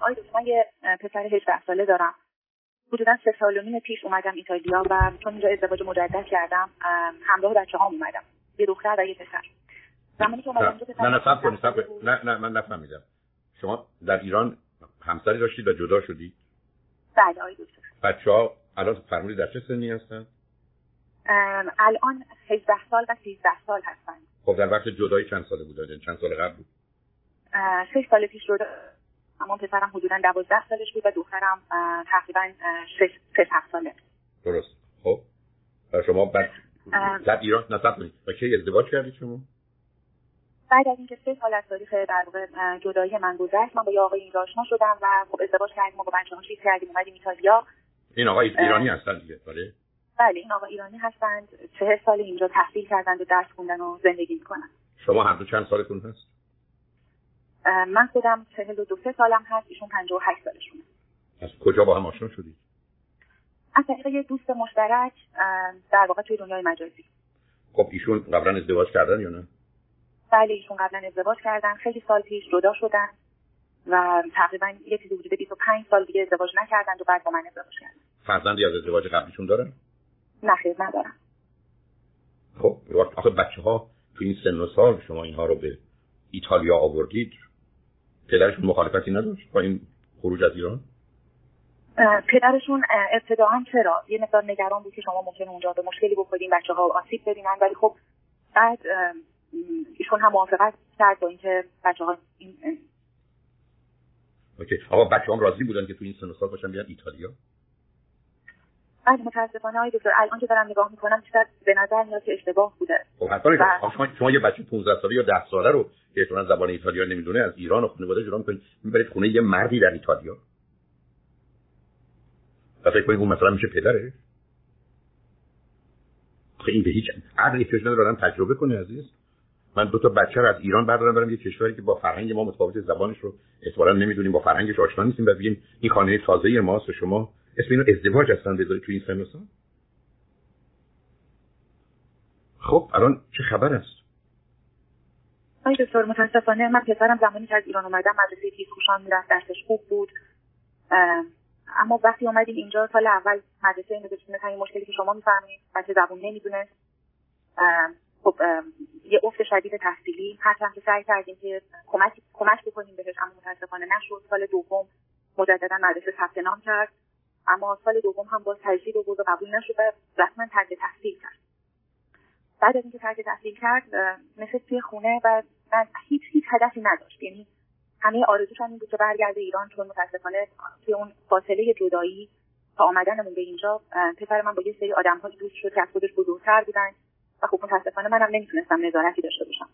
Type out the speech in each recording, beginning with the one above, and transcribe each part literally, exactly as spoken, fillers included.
آقای دکتر، من یه پسر هجده ساله دارم. حدوداً سه سال و نیم پیش اومدم ایتالیا و چون اینجا ازدواج مجدد کردم همراه بچه‌هام اومدم. یه دختر و یه پسر. زمانی که اومدم اینجا نه نه صبر کنید صبر کنید نه نه من نفهمیدم. شما در ایران همسری داشتید و جدا شدید؟ بله آقای دکتر. بچه‌ها الان فرمودید در چه سنی هستن؟ الان هجده سال و سیزده سال هستن. خب در وقت جدایی چند ساله بودن؟ چند سال قبل بود؟ سه سال پیش جدا. اما پسرم حدوداً دوازده سالش بود و دخترم تقریباً سه هفت ساله. درست. خب شما بعد در ایران نصب کنید و کی ازدواج کردید شما؟ بعد از اینکه سه سال از تاریخ در واقع جدایی من گذشت، من با یه آقای اینجا آشنا شدم و خب ازدواج کردیم و با بچه‌ها چیز کردیم اومدیم ایتالیا. این آقا ایرانی هستن دیگه؟ بله. بله این آقا ایرانی هستند. چهل سال اینجا تحصیل کردند و درس خوندن و زندگی می‌کنن. شما هر دو چند سالتون هست؟ من خودم چهل و دو سالم هست، ایشون پنجاه و هشت سالشونه. از کجا با هم آشنا شدید؟ از طریق یه دوست مشترک در واقع توی دنیای مجازی. خب ایشون قبلا ازدواج کردن یا نه؟ بله ایشون قبلا ازدواج کردن، خیلی سال پیش جدا شدن و تقریبا یه چیزی حدود بیست و پنج سال دیگه ازدواج نکردند و بعد با من ازدواج کردن. فرزندی از ازدواج قبلیشون دارن؟ نه خیر ندارن. خب آخه بچه‌ها تو این سن و سال شما اینها رو به ایتالیا آوردید، پدرشون مخالفتی نداشت با این خروج از ایران؟ پدرشون ابتداعا چرا یه مقدار نگران بود که شما ممکنه اونجا به مشکلی بخورین، بچه‌ها آسیب ببینن، ولی خب بعد ایشون هم موافقت کرد با اینکه بچه‌ها این اوکی. آقا بچه‌ها راضی بودن که تو این سن و سال باشن بیان ایتالیا؟ بعد متاسفانه آقای دکتر الان که دارم نگاه میکنم چقدر به نظر میاد که اشتباه بوده. خب حتما و... شما شما یه بچه پانزده ساله یا ده ساله رو که اصلا زبان ایتالیا نمیدونه از ایران و خانواده جدا میکنید میبرید خونه یه مردی در ایتالیا. فکر کنید اون مثلا میشه پدره؟ خب این به هیچ عقلی احتیاج نداره آدم تجربه کنه عزیز. من دو تا بچه رو از ایران بردارم برم یه کشوری که با فرهنگ ما متفاوت، زبانش رو احتمالاً نمیدونیم، با فرهنگش آشنا نیستیم و بگیم این خانه تازه ماست و شما اسم اینو ازدواج اصلا بذارید تو این سن و سال. خب الان چه خبر است؟ آقای دکتر متاسفانه من پسرم زمانی که از ایران اومدم مدرسه تیزهوشان میرفت، درسش خوب بود، اما وقتی اومدیم اینجا سال اول مدرسه این بچینه همین مشکلی که شما میفرمایید، بچه زبون نمیدونه، خب یه افت شدید تحصیلی، هرچند که سعی کردیم که کمک کمک بکنیم بهش اما متاسفانه نشد. سال دوم مجددا مدرسه ثبت نام کرد اما سال دوم هم باز تجدید آورد و قبول نشد و رسما ترک تحصیل کرد. بعد از اینکه ترک تحصیل کرد نشست توی خونه و هیچ هیچ هدفی نداشت، یعنی همه آرزوش این بود که برگرده ایران، چون متاسفانه توی اون فاصله جدایی تا آمدنمون به اینجا پسر من با یه سری آدم‌های دوست شد که از خودش بزرگتر بودن و خب متاسفانه منم نمیتونستم نظارتی داشته باشم.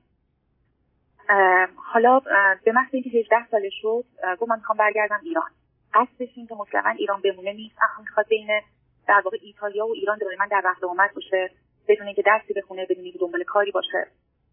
حالا به محض اینکه هجده سالش شد گفت من میخوام برگردم ایران. قصدش این که مطلقاً ایران بمونه نیست، اما میخواد بین در واقع ایتالیا و ایران دائما در رفت و آمد باشه، بدون اینکه درسی بخونه، بدون اینکه دنبال کاری باشه.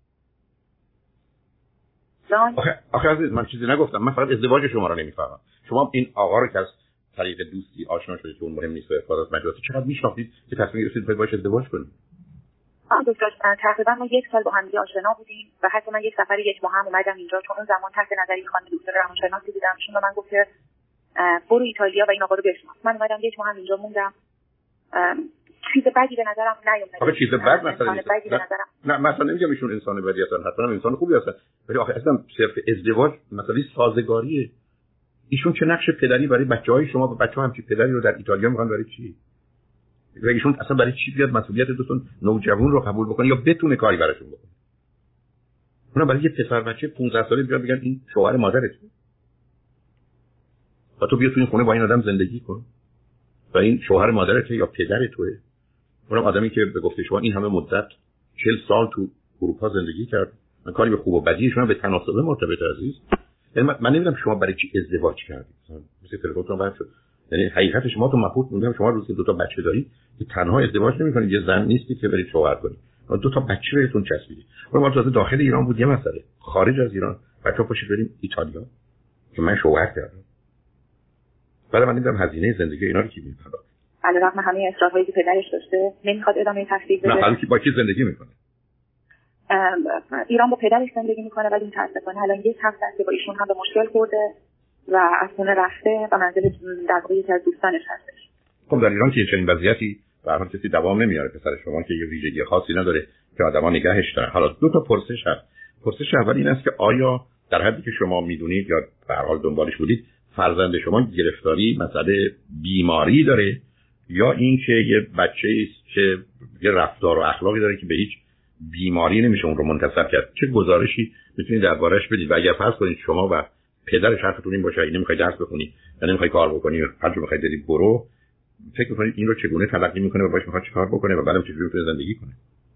آخه آخه عزیز من چیزی نگفتم، من فقط ازدواج شما رو نمیفهمم. شما این آقا رو که از طریق دوستی آشنا شدید که اون مهم نیست و افراد مجازی، چقدر میشناختید که تصمیم گرفتید باهاش ازدواج کنید؟ آه دکتر تقریبا ما یک سال با هم دیگه آشنا بودیم و حتی من یک سفر یک ماه هم اومدم اینجا، چون اون زمان تحت نظر این خانم دکتر روانشناسی بودم. ایشون به من گفت که برو ایتالیا و این آقا رو بشناس. من اومدم یک ماه هم اینجا موندم. چیز بدی به نظرم نیومد. آخه چیز بد مثلا نه, نه مثلا نمیگم ایشون انسان بدی هستن، حتما انسان خوبی هستن، ولی آخه اصلا صرف ازدواج مثلا سازگاریه. ایشون چه نقش پدری برای بچه‌های شما و بچه‌ها هم چه پدری رو در ایتالیا می‌خوان برای چی؟ و ایشون اصلا برای چی بیاد مسئولیت دوتون نوجوان رو قبول بکنه یا بتونه کاری براشون بکنه؟ اونا برای یه پسر بچه پانزده ساله بیان بگن این شوهر مادرته و تو بیا تو این خونه با این آدم زندگی کن و این شوهر مادرته یا پدر توئه. اونم آدمی که به گفته شما این همه مدت چهل سال تو اروپا زندگی کرد، من کاری به خوب و بدیشون به تناسب مرتبط عزیز. یعنی من, من نمیدونم شما برای چی ازدواج کردید. مثلا تلفنتون قطع شد. یعنی حقیقت شما تو مبهوت موندم شما روزی دو تا بچه دارید که تنها ازدواج نمی‌کنید، یه زن نیستی که برید شوهر کنید. دو تا بچه بهتون چسبیدید. ما تازه داخل ایران بود یه مسئله. خارج از ایران بچه‌ها پاشید بریم ایتالیا که من شوهر کردم. بعد من دیدم هزینه زندگی اینا رو کی می‌پردازه. علیرغم همه اصرارهایی که پدرش داشته نمیخواد ادامه تحصیل بده. نه حالا کی با کی زندگی میکنه؟ ایران با پدرش زندگی میکنه ولی متاسفانه الان یک هفته است که با ایشون هم به مشکل خورده و از خونه رفته و منزل در واقع یکی از دوستانش هستش. خب در ایران که چنین وضعیتی به هر حال کسی دوام نمیاره. پسر شما که یه ویژگی خاصی نداره که آدما نگهش دارن. حالا دو تا پرسش هست. پرسش اول این است که آیا در حدی که شما میدونید یا به هر حال دنبالش بودید فرزند شما گرفتاری مسئله بیماری داره یا اینکه یه بچه‌ای است که یه رفتار و اخلاقی داره که به هیچ بیماری نمیشه اون رو منتسب کرد؟ چه گزارشی میتونید دربارش بدید؟ و اگر فرض کنید شما و پدرش حرفتون این باشه نمیخوای درس بخونی یا نمیخوای کار بکنی هر جور میخوای بری برو، فکر می‌کنید این رو چگونه تلقی میکنه و باش میخواد چیکار بکنه و بعدم چجوری میتونه زندگی کنه؟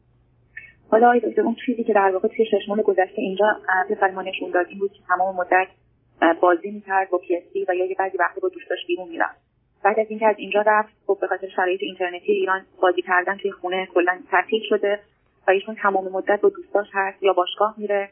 حالا آقای دکتر اون چیزی که در واقع توی شش ماه گذشته اینجا پسر ما نشون داد این بود که تمام مدت بازی میکرد با پی اس پی و یا یه بعضی وقتا با دوستاش بیرون میرفت. بعد از اینکه از اینجا رفت خب به خاطر شرایط اینترنتی ایران بازی کردن توی خونه کلا تعطیل شده و ایشون تمام مدت با دوستاش هست، یا باشگاه میره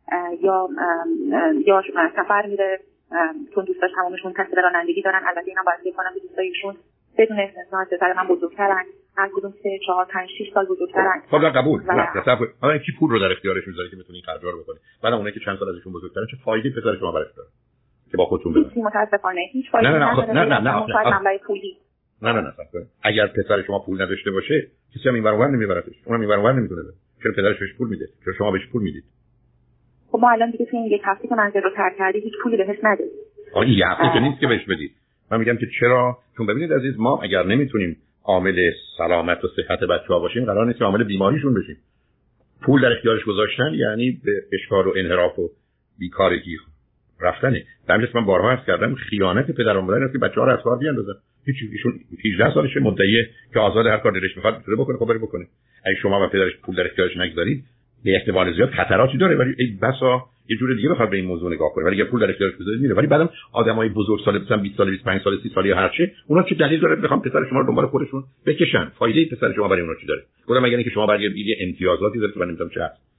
یا یا سفر میره چون دوستاش تمامشون تحصیل رانندگی دارن. البته اینا باید فکر کنم که دوستایشون بدون استثنا از پسر من بزرگترن، هر کدوم سه چهار پنج شش سال بزرگترن. خب قبول. نه تصور حالا کی پول رو در اختیارش میذاره که بتونین خرجار بکنه؟ بعد اونایی که چند سال ازشون بزرگترن چه فایده پسر شما براش داره که با خودتون ببرید؟ متاسفانه هیچ فایده نداره. نه نه نه نه منبع پولی. نه نه نه صاحب اگر پسر شما پول نداشته باشه کسی هم این ور نمیبرتش، اونم این ور نمیتونه بره. چرا پدرش بهش پول میده؟ چرا شما بهش پول میدید؟ خب ما الان دیگه تو این یک هفته که منزل رو ترک کردی هیچ پولی بهش ندید. آ این هفته که نیست که بهش بدید. من میگم که چرا؟ چون ببینید عزیز ما اگر نمیتونیم عامل سلامت و صحت بچه‌ها باشیم قرار نیست که عامل بیماریشون بشیم. پول در اختیارش گذاشتن یعنی به اشکال و انحراف و بیکارگی رفتنه. در همین من بارها عرض کردم خیانت پدر و مادر است که بچه‌ها رو از کار بیاندازن. هیچ ایشون هجده سالشه مدعیه که آزاد هر کار دلش میخواد میتونه بکنه، خب بره بکنه. اگه شما و پدرش پول در اختیارش نگذارید به احتمال زیاد خطراتی داره، ولی ای بسا یه جور دیگه بخواد به این موضوع نگاه کنه. ولی اگه پول در اختیارش بذارید میره. ولی بعدم آدمای بزرگسال مثلا بیست سال بیست و پنج سال سی سالی هر چه اونا چه دلیل داره بخوام پسر شما رو دنبال خودشون بکشن؟ فایده پسر شما برای اونا چی داره؟ گفتم مگر اینکه شما برای یه امتیازاتی داره که من نمیدونم چه هست.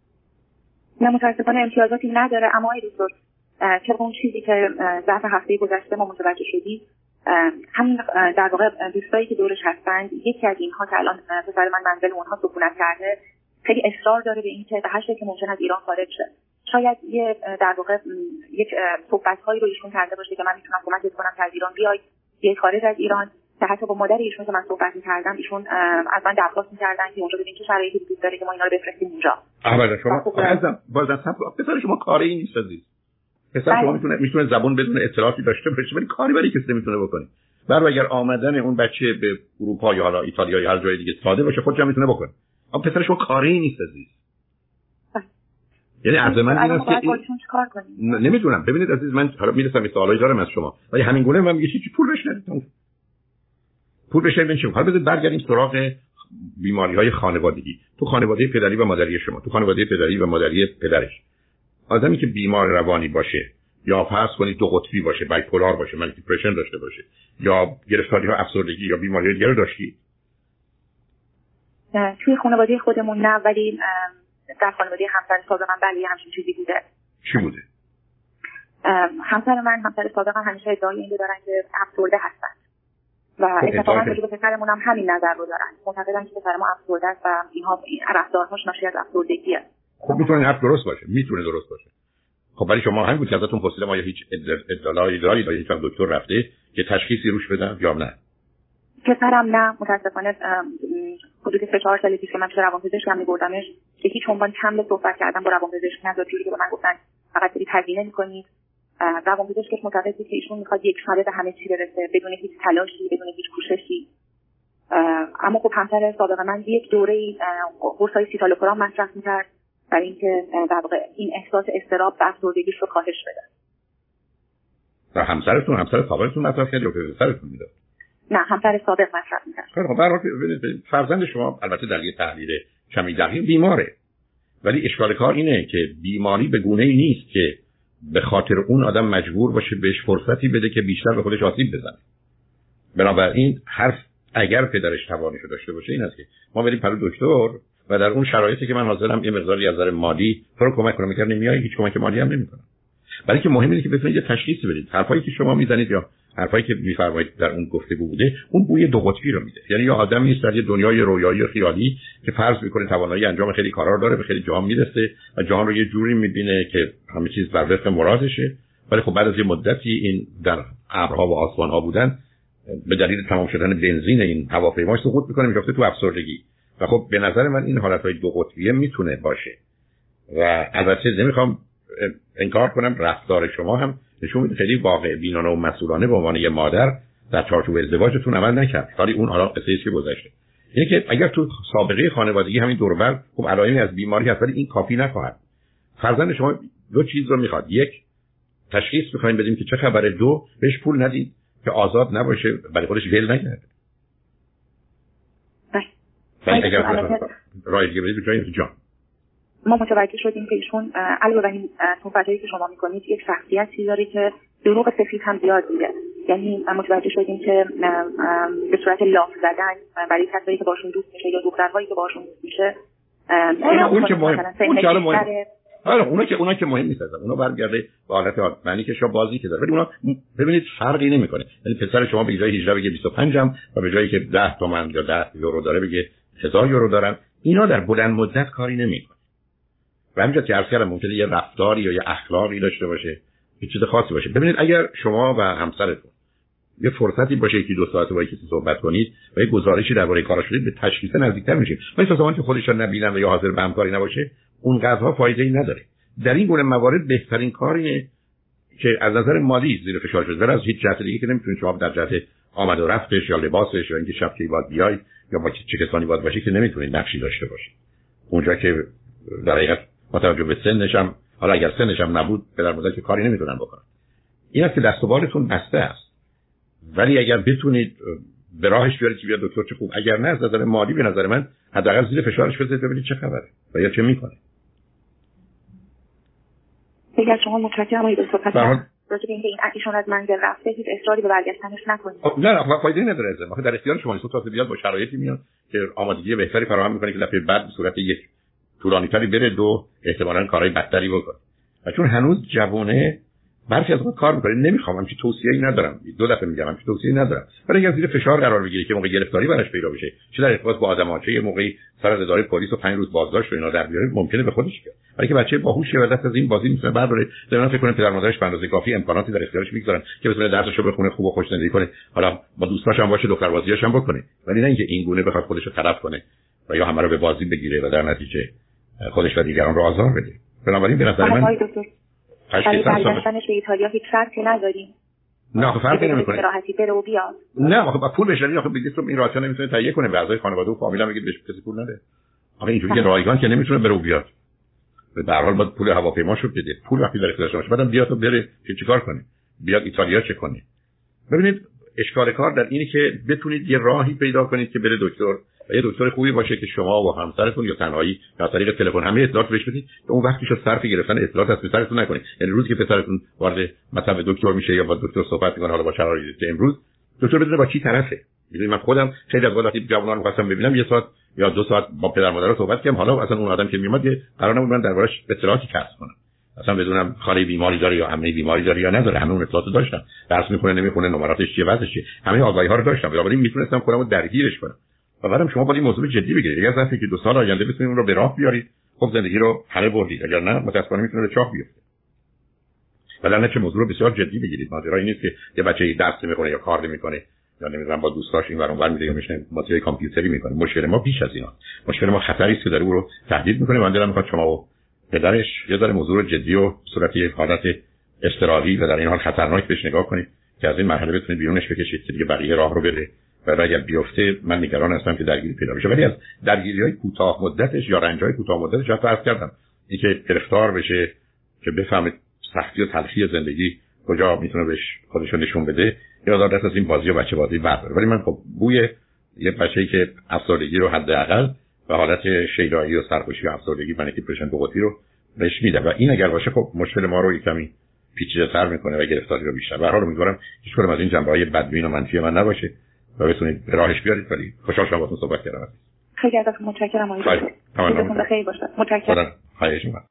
نه متاسفانه امتیازاتی نداره، اما ای دکتر که اون چیزی که ظرف هفته گذشته ما متوجه شدیم همین در واقع دوستایی که دورش هستند یکی از اینها که الان پسر من منزل اونها سکونت کرده خیلی اصرار داره به اینکه به هر شکلی که ممکن از ایران خارج شه. شاید یه در واقع یک صحبت‌هایی رو ایشون کرده باشه که من میتونم کمکت کنم که از ایران بیای بیای خارج از ایران، که حتی با مادر ایشون که من صحبت می‌کردم ایشون از من درخواست می‌کردن که اونجا ببین چه شرایطی وجود داره که ما اینا رو بفرستیم اونجا. احمد شما عزیزم باز اصلا پسر شما کاری نیست عزیز. پسر شما میتونه میتونه زبون بدون اطلاعاتی داشته باشه ولی کاری برای کسی نمیتونه بکنه. برای اگر آمدن اون بچه به اروپا یا حالا ایتالیا یا هر جای دیگه ساده باشه خودش هم میتونه بکنه. اما پسر شما کاری نیست عزیز. یعنی از من این است که نمیدونم. ببینید عزیز من حالا میرسم به سوالایی دارم از شما ولی همین گونه من میگم چی پول بهش ندید. پول بهش ندید چه؟ حالا بذارید برگردیم سراغ بیماری‌های خانوادگی. تو خانواده پدری و مادری شما، تو خانواده پدری و مادری پدرش آدمی که بیمار روانی باشه یا فرض کنید دو قطبی باشه، بایپولار باشه، مانیک دیپرشن داشته باشه یا گرفتاری‌ها افسردگی یا بیماری‌های دیگه داشتی؟ توی خانواده خودمون نه، ولی در خانواده همسر سابقم بله همچین چیزی بوده. چی بوده؟ همسر من همسر سابقم همیشه ادعای این دارن که افسرده هستن و اتفاقا راجع به پسرمون هم همین نظر رو دارن. معتقدن که پسر ما افسرده است و اینها رفتارهاش ناشی از افسردگیه. خب میتونه حرف درست باشه، میتونه درست باشه. خب ولی شما همین بود که ازتون پرسیدم آیا هیچ اطلاعی دارید یا هیچ دکتر رفته که تشخیصی روش بدن یا نه؟ پسرم نه متاسفانه حدود سه چهار سال پیش که من پیش روانپزشکم می‌بردمش که هیچ عنوان کم صحبت کردم با روانپزشک نذار، جوری که به من گفتن فقط بری تزیینه می‌کنید. روانپزشکش معتقده که ایشون می‌خواد یک ساله به همه چی برسه بدون هیچ تلاشی، بدون هیچ کوششی. اما خب همسر سابق من یک دوره‌ای قرص‌های سیتالوپرام مصرف می‌کرد برای اینکه در واقع این احساس اضطراب و افسردگیش رو کاهش بده. و همسرتون همسر سابقتون مصرف کرد یا پسرتون می‌داد؟ نه همسر سابق مصرف می‌کرد. خب برای ببینید فرزند شما البته در یه تحلیل کمی دقیق بیماره، ولی اشکال کار اینه که بیماری به گونه‌ای نیست که به خاطر اون آدم مجبور باشه بهش فرصتی بده که بیشتر به خودش آسیب بزنه. بنابراین حرف اگر پدرش توانش داشته باشه این است که ما بریم پرو دکتر و در اون شرایطی که من حاضرم یه مقداری از نظر مالی تو رو کمک کنم، میگم نمیای هیچ کمک مالی هم نمیکنم. برای که مهم اینه که بتونید یه تشخیص بدید. حرفایی که شما میزنید یا حرفایی که میفرمایید در اون گفتگو بوده اون بوی دو قطبی رو میده. یعنی یا آدمی است در یه دنیای رویایی و خیالی که فرض میکنه توانایی انجام خیلی کارا رو داره، به خیلی جاها میرسه و جهان رو یه جوری میبینه که همه چیز بر وفق مرادشه ولی خب بعد از یه مدتی این در ابرها و آسمان‌ها بودن به دلیل تمام شدن بنزین این هواپیما سقوط می‌کنه، میفته تو افسردگی. و خب به نظر من این حالت‌های دو قطبیه میتونه باشه و البته نمیخوام انکار کنم رفتار شما هم نشون میده خیلی واقع بینانه و مسئولانه به عنوان یه مادر در چارچوب ازدواجتون عمل نکرد. ولی اون حالا قصه ایست که گذشته. اینه که اگر تو سابقه خانوادگی همین دور و بر خب علائمی از بیماری هست ولی این کافی نخواهد. فرزند شما دو چیز رو میخواد. یک، تشخیص می‌خوایم بدیم که چه خبره. دو، بهش پول ندید که آزاد نباشه برای خودش ول نگرده. بله. اگر رای دیگه بدید جایی جان. ما متوجه شدیم که ایشون علاوه بر این صحبتایی که شما میکنید یک شخصیتی داره که دروغ سفید هم زیاد میگه. یعنی متوجه شدیم که به صورت لاف زدن برای کسایی که باشون دوست میشه یا دخترهایی که باشون دوست میشه اون که مهم اون که مهم حالا اونا که اونا که مهم نیست اصلا. اونا برگرده به حالت عادی معنی که شما بازی که داره. ولی اونا ببینید فرقی نمیکنه. یعنی پسر شما به جای هجده بگه بیست و پنج م و به جایی که ده تومن یا ده یورو داره بگه هزار یورو دارن. اینا در بلند مدت کاری نمیکنه. و همینجا که عرض کردم ممکنه یه رفتاری یا یه اخلاقی داشته باشه، یه چیز خاصی باشه. ببینید اگر شما و همسرتون یه فرصتی باشه که دو ساعت با کسی صحبت کنید و یه گزارشی درباره کارا شدید به تشخیص نزدیکتر میشید. ولی تا زمانی که خودشون نبینن و یا حاضر به همکاری نباشه اون قضا فایده‌ای نداره. در این گونه موارد بهترین کار اینه که از نظر مالی زیر فشار شده. در از هیچ جهت دیگه که نمیتونید شما در جهت آمد و رفتش یا لباسش یا اینکه شب کی باید بیای یا با چه کسانی باید باشی که نمیتونید نقشی داشته باشید. اونجا که در حقیقت با توجه به سنش هم حالا اگر سنش هم نبود پدر مادر که کاری نمیتونن بکنن. این است که دست و بالتون بسته است. ولی اگر بتونید به راهش بیارید که بیاد دکتر چه خوب. اگر نه از نظر مالی به نظر من حداقل زیر فشارش بذارید ببینید چه خبره و یا چه میکنه. اگر شما متشکرم آقای دکتر پس راجع به اینکه این ایشون از منزل رفته هیچ اصراری به برگشتنش نکنید. نه نه فایده نداره از ما در اختیار شما نیست. تو بیاد با شرایطی میاد که آمادگی بهتری فراهم میکنه که دفعه بعد به صورت یک طولانی‌تری بره دو احتمالاً کارهای بدتری بکنه. و چون هنوز جوونه برخی از اون کار میکنه. نمیخوام چی توصیه‌ای ندارم. دو دفعه میگم چی توصیه‌ای ندارم. ولی اگر زیر فشار قرار بگیره که موقع گرفتاری براش پیدا بشه، چه در ارتباط با آدم‌ها چه یه موقعی سر از اداره پلیس و پنج روز بازداشت و اینا در بیاره ممکنه به خودش بیاد. ولی که بچه باهوشه و دست از این بازی میتونه برداره. ضمن فکر کنم پدر مادرش به اندازه کافی امکاناتی در اختیارش میگذارن که بتونه درسشو بخونه، خوب و خوش زندگی کنه. حالا با دوستاش هم باشه، دختر بازیاش هم بکنه. ولی نه اینکه این گونه بخواد خودش رو طرف کنه و یا همه رو به بازی بگیره و در نتیجه خودش و دیگران رو آزار بده. بنابراین به نظر من برای برگشتنش به ایتالیا هیچ شرطی نداریم. نه فرقی نمیکنه. راحتی بره و بیاد. نه آخه با پول بشری آخه بگید تو این راحتی نمیتونه تهیه کنه. به اعضای خانواده و فامیل هم بگید بهش کسی پول نده. آخه اینجوری که رایگان که نمیتونه بره و بیاد. به هر حال باید پول هواپیماشو بده. پول وقتی در اختیارش باشه بعدم بیاد و بره چه چیکار کنه؟ بیاد ایتالیا چه کنه؟ ببینید اشکال کار در اینه که بتونید یه راهی پیدا کنید که بره دکتر و یه دکتر خوبی باشه که شما و همسرتون یا تنهایی یا طریق تلفن همه اطلاعات بهش بدید که اون وقتیشو صرف گرفتن اطلاعات از پسرتون نکنید. یعنی روزی که پسرتون وارد مثلا دکتر میشه یا با دکتر صحبت میکنه حالا با شرایط امروز دکتر بدونه با چی طرفه. میدونید من خودم خیلی از وقتی جوانان می‌خواستم ببینم یه ساعت یا دو ساعت با پدر مادر رو صحبت کردم. حالا اصلا اون آدم که میومد قرار نبود من دربارش اطلاعاتی کسب کنم. اصلا بدونم خاله بیماری داره یا عمه بیماری داره یا نداره. همه اون اطلاعاتو داشتم. درس میخونه نمیخونه نمراتش چیه وضعش چیه همه آگاهی ها رو داشتم. بنابراین میتونستم خودمو درگیرش کنم. و بعدم شما باید این موضوع جدی بگیرید. اگر ظرف که دو سال آینده بتونید اون رو به راه بیارید خب زندگی رو حل بردید. اگر نه متأسفانه میتونه به چاه بیفته. ولی چه موضوع رو بسیار جدی بگیرید. ماجرا این نیست که یه بچه‌ای درس نمیخونه یا کار نمیکنه یا نمیدونم با دوستاش این ور اون ور میره یا میشینه ماتریال کامپیوتری میکنه. مشکل ما بیش از اینا. مشکل ما خطری است که داره او رو تهدید میکنه. من دلم میخواد شما و پدرش یه ذره موضوع رو جدی و صورتی حالت اضطراری و در این حال خطرناک بهش نگاه کنید که از این مرحله بتونید بیرونش بکشید که دیگه بقیه راه رو بره. و اگر بیفته من نگران هستم که درگیری پیدا بشه. ولی از درگیری‌های کوتاه مدتش یا رنج‌های کوتاه مدتش حتی عرض کردم اینکه گرفتار بشه که بفهمه سختی و تلخی زندگی کجا میتونه بهش خودش رو نشون بده یا دست از این بازی و بچه بازی برداره. ولی من خب بوی یه بچه‌ای که افسردگی رو حداقل و حالت شیدایی و سرخوشی و افسردگی و دیپرشن بوقتی رو بهش میده و این اگر باشه خب مشکل ما رو کمی پیچیده‌تر میکنه و گرفتاری رو بیشتر. به هر حال امیدوارم هیچ کدوم از این جنبه‌های بدبین و منفی من نباشه و بتونید راهش بیارید. ولی خوشحال شدم باهاتون صحبت کردم. خیلی ازتون متشکرم آقای دکتر. خیلی باشه. متشکرم. خواهش می‌کنم.